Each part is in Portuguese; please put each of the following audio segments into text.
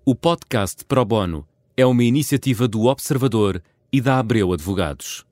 O podcast Pro Bono é uma iniciativa do Observador e da Abreu Advogados.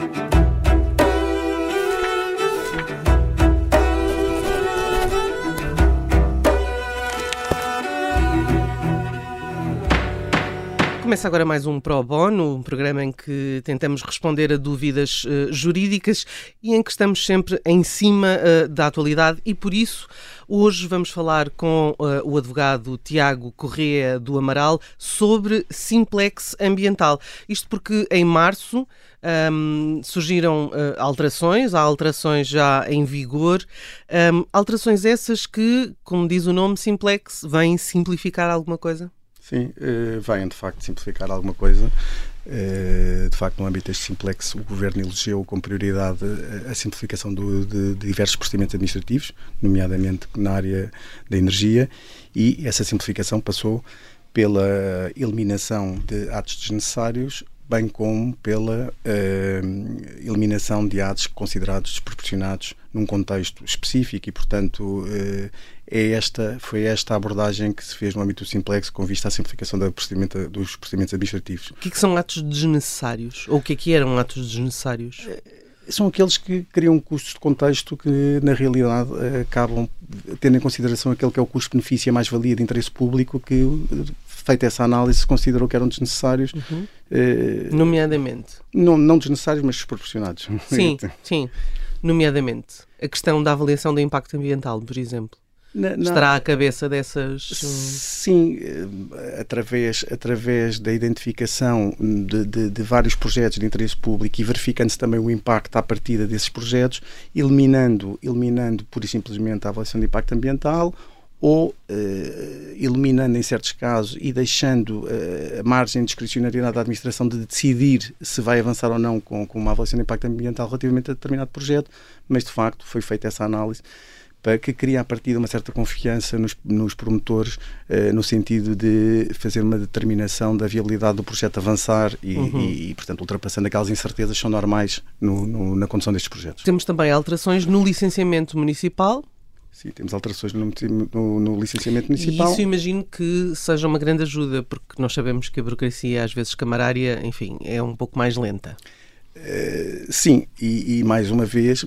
Começa agora mais um Pro Bono, um programa em que tentamos responder a dúvidas jurídicas e em que estamos sempre em cima da atualidade e por isso hoje vamos falar com o advogado Tiago Corrêa do Amaral sobre Simplex Ambiental. Isto porque em março surgiram alterações, há alterações já em vigor, alterações essas que, como diz o nome, Simplex, vêm simplificar alguma coisa? Sim, vêm de facto simplificar alguma coisa. De facto, no âmbito deste Simplex, o Governo elegeu como prioridade a simplificação de diversos procedimentos administrativos, nomeadamente na área da energia, e essa simplificação passou pela eliminação de atos desnecessários, bem como pela eliminação de atos considerados desproporcionados num contexto específico e, portanto, foi esta a abordagem que se fez no âmbito do Simplex com vista à simplificação dos procedimentos administrativos. O que são atos desnecessários? Ou o que eram atos desnecessários? São aqueles que criam custos de contexto que, na realidade, acabam tendo em consideração aquele que é o custo-benefício e a mais-valia de interesse público que, feita essa análise, se considerou que eram desnecessários. Nomeadamente? Não desnecessários, mas desproporcionados. Sim. Nomeadamente, a questão da avaliação do impacto ambiental, por exemplo. Estará à cabeça dessas... Sim, através da identificação de vários projetos de interesse público e verificando-se também o impacto à partida desses projetos, eliminando pura e simplesmente a avaliação de impacto ambiental ou eliminando em certos casos e deixando a margem de discricionariedade da administração de decidir se vai avançar ou não com uma avaliação de impacto ambiental relativamente a determinado projeto, mas de facto foi feita essa análise para que cria a partir de uma certa confiança nos promotores no sentido de fazer uma determinação da viabilidade do projeto avançar e portanto, ultrapassando aquelas incertezas que são normais na condução destes projetos. Temos também alterações no licenciamento municipal. Sim, temos alterações no licenciamento municipal. E isso imagino que seja uma grande ajuda, porque nós sabemos que a burocracia, às vezes camarária, enfim, é um pouco mais lenta. Sim, e mais uma vez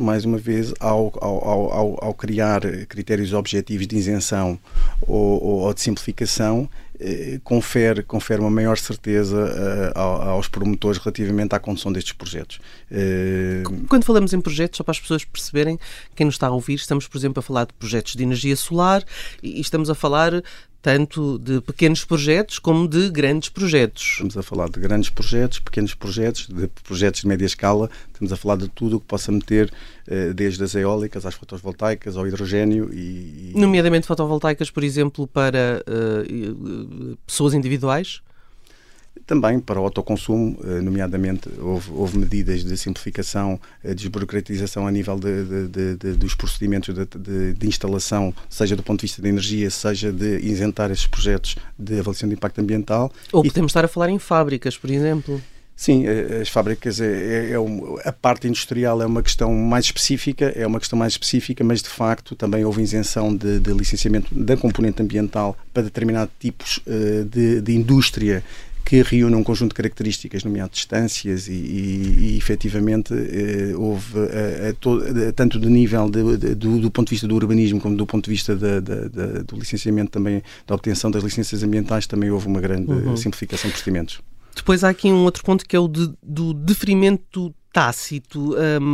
ao criar critérios objetivos de isenção ou de simplificação, confere uma maior certeza aos promotores relativamente à condução destes projetos. Quando falamos em projetos, só para as pessoas perceberem, quem nos está a ouvir, estamos, por exemplo, a falar de projetos de energia solar e estamos a falar tanto de pequenos projetos como de grandes projetos. Estamos a falar de grandes projetos, pequenos projetos, de projetos de média escala, estamos a falar de tudo o que possa meter, desde as eólicas às fotovoltaicas, ao hidrogénio e... Nomeadamente fotovoltaicas, por exemplo, para pessoas individuais? Também para o autoconsumo, nomeadamente houve medidas de simplificação, desburocratização a nível dos procedimentos de instalação, seja do ponto de vista da energia, seja de isentar esses projetos de avaliação de impacto ambiental. Ou podemos estar a falar em fábricas, por exemplo. Sim, as fábricas, a parte industrial é uma questão mais específica, mas de facto também houve isenção de licenciamento da componente ambiental para determinados tipos de indústria que reúne um conjunto de características, nomeado distâncias e efetivamente houve, tanto do nível do ponto de vista do urbanismo como do ponto de vista do licenciamento também, da obtenção das licenças ambientais, também houve uma grande simplificação de procedimentos. Depois há aqui um outro ponto que é o do deferimento tácito.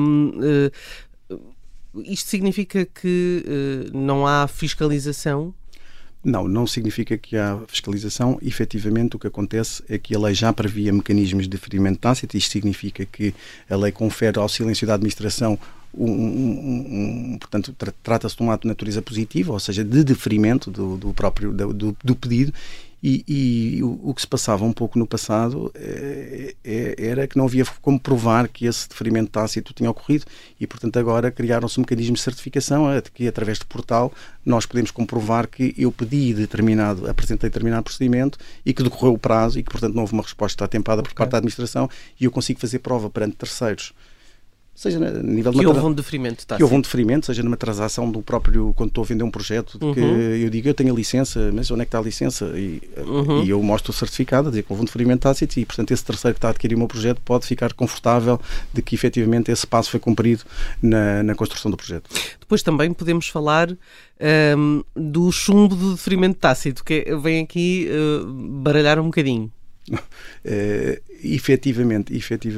Isto significa que não há fiscalização? Não significa que há fiscalização. Efetivamente, o que acontece é que a lei já previa mecanismos de deferimento tácito. Isto significa que a lei confere ao silêncio da administração portanto, trata-se de um ato de natureza positiva, ou seja, de deferimento do pedido. E o que se passava um pouco no passado era que não havia como provar que esse deferimento tácito tinha ocorrido e, portanto, agora criaram-se mecanismos de certificação que, através do portal, nós podemos comprovar que eu apresentei determinado procedimento e que decorreu o prazo e que, portanto, não houve uma resposta atempada por parte da administração e eu consigo fazer prova perante terceiros seja a nível de que houve um deferimento tácito. Que houve um deferimento, seja numa transação do próprio, quando estou a vender um projeto, de que eu digo, eu tenho a licença, mas onde é que está a licença? E eu mostro o certificado, a dizer que houve um deferimento tácito e, portanto, esse terceiro que está a adquirir o meu projeto pode ficar confortável de que, efetivamente, esse passo foi cumprido na construção do projeto. Depois também podemos falar do chumbo do deferimento tácito, que vem aqui baralhar um bocadinho. Efetivamente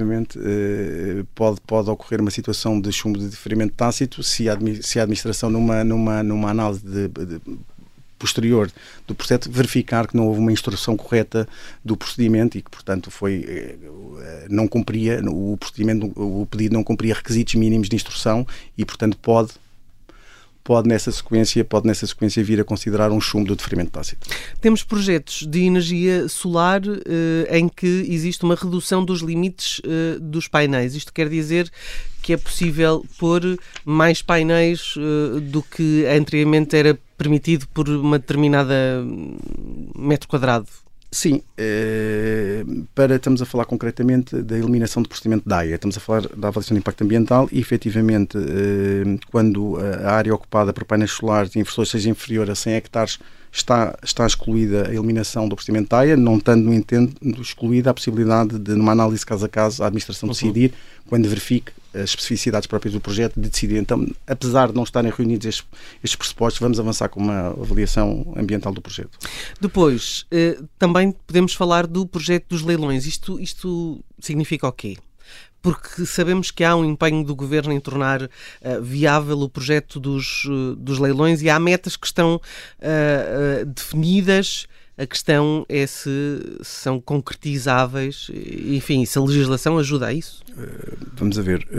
pode ocorrer uma situação de chumbo de deferimento tácito se a administração numa análise posterior do processo verificar que não houve uma instrução correta do procedimento e que, portanto, não cumpria o procedimento, o pedido não cumpria requisitos mínimos de instrução e, portanto, pode nessa sequência vir a considerar um chumbo do deferimento tácito. Temos projetos de energia solar em que existe uma redução dos limites dos painéis. Isto quer dizer que é possível pôr mais painéis do que anteriormente era permitido por uma determinada metro quadrado. Sim, estamos a falar concretamente da eliminação do procedimento da AIA, estamos a falar da avaliação de impacto ambiental e, efetivamente, quando a área ocupada por painéis solares e inversores seja inferior a 100 hectares, está excluída a eliminação do procedimento da AIA, não estando, no entanto, excluída a possibilidade de, numa análise caso a caso, a administração decidir, quando verifique as especificidades próprias do projeto, de decidir. Então, apesar de não estarem reunidos estes pressupostos, vamos avançar com uma avaliação ambiental do projeto. Depois, também podemos falar do projeto dos leilões. Isto significa o quê? Porque sabemos que há um empenho do Governo em tornar viável o projeto dos leilões e há metas que estão definidas. A questão é se são concretizáveis, enfim, se a legislação ajuda a isso? Vamos a ver.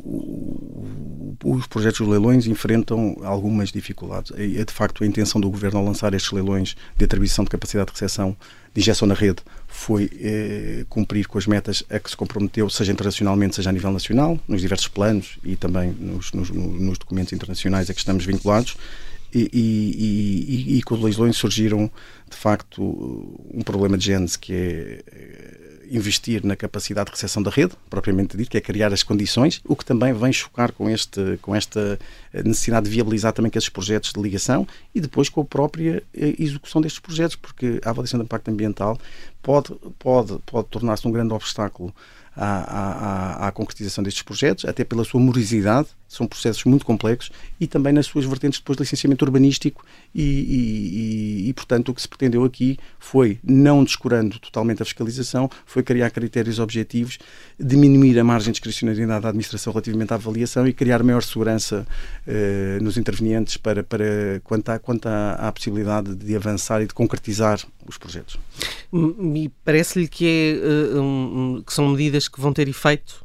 Os projetos dos leilões enfrentam algumas dificuldades. É de facto a intenção do Governo ao lançar estes leilões de atribuição de capacidade de recepção de injeção na rede foi cumprir com as metas a que se comprometeu, seja internacionalmente, seja a nível nacional, nos diversos planos e também nos documentos internacionais a que estamos vinculados. E com os leilões surgiram, de facto, um problema de gênese, que é investir na capacidade de recepção da rede, propriamente dito, que é criar as condições, o que também vem chocar com esta necessidade de viabilizar também que esses projetos de ligação e depois com a própria execução destes projetos, porque a avaliação de impacto ambiental pode tornar-se um grande obstáculo à concretização destes projetos, até pela sua morosidade. São processos muito complexos e também nas suas vertentes depois de licenciamento urbanístico e, portanto, o que se pretendeu aqui foi, não descurando totalmente a fiscalização, foi criar critérios objetivos, diminuir a margem de discricionariedade da administração relativamente à avaliação e criar maior segurança nos intervenientes quanto à possibilidade de avançar e de concretizar os projetos. E parece-lhe que são medidas que vão ter efeito?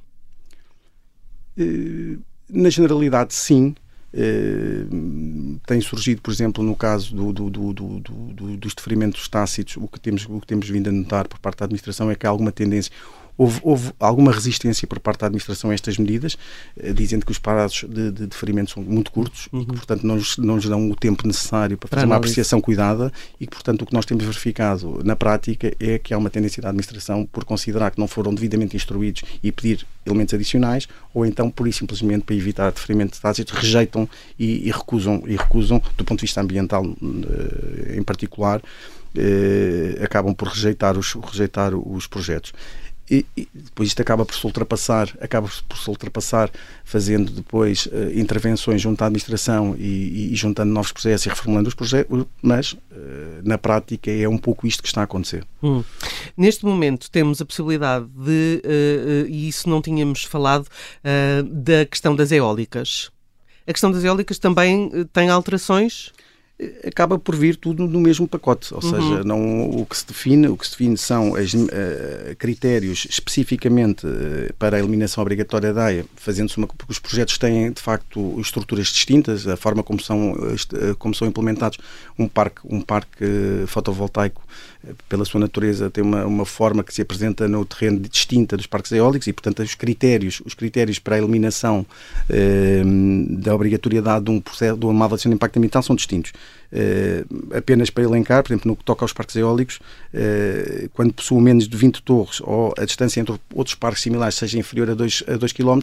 Na generalidade, sim. Tem surgido, por exemplo, no caso dos deferimentos tácitos, o que temos vindo a notar por parte da administração é que há alguma tendência. Houve alguma resistência por parte da administração a estas medidas, dizendo que os prazos de deferimento são muito curtos e que, portanto, não nos dão o tempo necessário para fazer uma apreciação cuidada e que, portanto, o que nós temos verificado na prática é que há uma tendência da administração por considerar que não foram devidamente instruídos e pedir elementos adicionais, ou então, pura e simplesmente, para evitar deferimento de tácitos, rejeitam e recusam, do ponto de vista ambiental em particular, acabam por rejeitar os projetos. E depois isto acaba por se ultrapassar fazendo depois intervenções junto à administração e juntando novos processos e reformulando os projetos, mas na prática é um pouco isto que está a acontecer. Neste momento temos a possibilidade de, e isso não tínhamos falado, da questão das eólicas. A questão das eólicas também tem alterações? Acaba por vir tudo no mesmo pacote, ou seja, o que se define são critérios especificamente para a eliminação obrigatória da AIA, porque os projetos têm de facto estruturas distintas, a forma como são implementados. Um parque fotovoltaico, pela sua natureza, tem uma forma que se apresenta no terreno distinta dos parques eólicos e, portanto, os critérios para a eliminação da obrigatoriedade de uma avaliação de impacto ambiental são distintos. Apenas para elencar, por exemplo, no que toca aos parques eólicos, quando possuem menos de 20 torres ou a distância entre outros parques similares seja inferior a 2 km,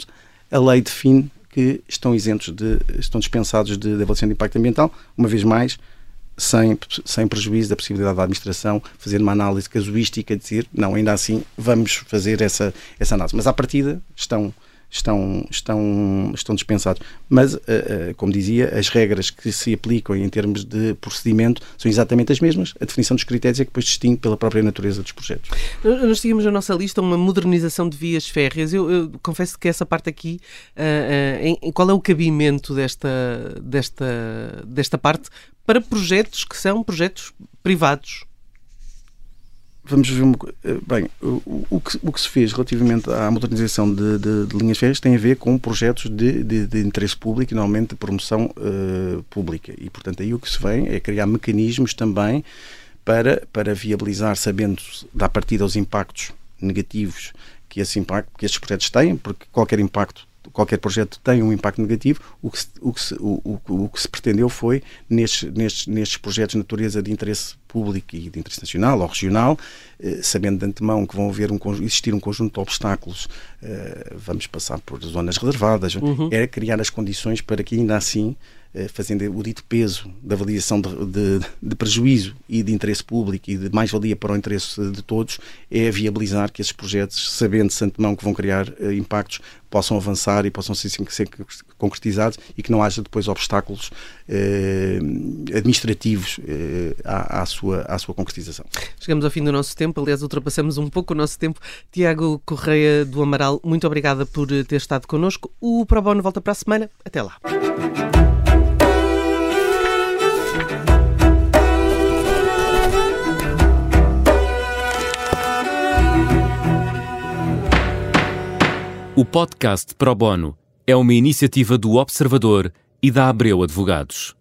a lei define que estão dispensados de avaliação de impacto ambiental, uma vez mais, sem prejuízo da possibilidade da administração fazer uma análise casuística, dizer, não, ainda assim vamos fazer essa análise. Mas à partida estão dispensados. Mas, como dizia, as regras que se aplicam em termos de procedimento são exatamente as mesmas. A definição dos critérios é que depois distingue pela própria natureza dos projetos. Nós tínhamos na nossa lista uma modernização de vias férreas. Eu confesso que essa parte aqui, qual é o cabimento desta parte para projetos que são projetos privados? Vamos ver bem, o que se fez relativamente à modernização de linhas férreas tem a ver com projetos de interesse público e normalmente de promoção pública, e portanto aí o que se vem é criar mecanismos também para viabilizar, sabendo da partida os impactos negativos que estes projetos têm, porque qualquer projeto tem um impacto negativo. O que se pretendeu foi, nestes projetos de natureza de interesse público e de interesse nacional ou regional, sabendo de antemão que vão existir um conjunto de obstáculos, vamos passar por zonas reservadas, era criar as condições para que ainda assim, fazendo o dito peso da avaliação de prejuízo e de interesse público e de mais-valia para o interesse de todos, é viabilizar que esses projetos, sabendo-se de antemão que vão criar impactos, possam avançar e possam ser concretizados e que não haja depois obstáculos administrativos à sua concretização. Chegamos ao fim do nosso tempo, aliás ultrapassamos um pouco o nosso tempo. Tiago Correia do Amaral, muito obrigada por ter estado connosco. O Pro Bono volta para a semana. Até lá. O podcast Pro Bono é uma iniciativa do Observador e da Abreu Advogados.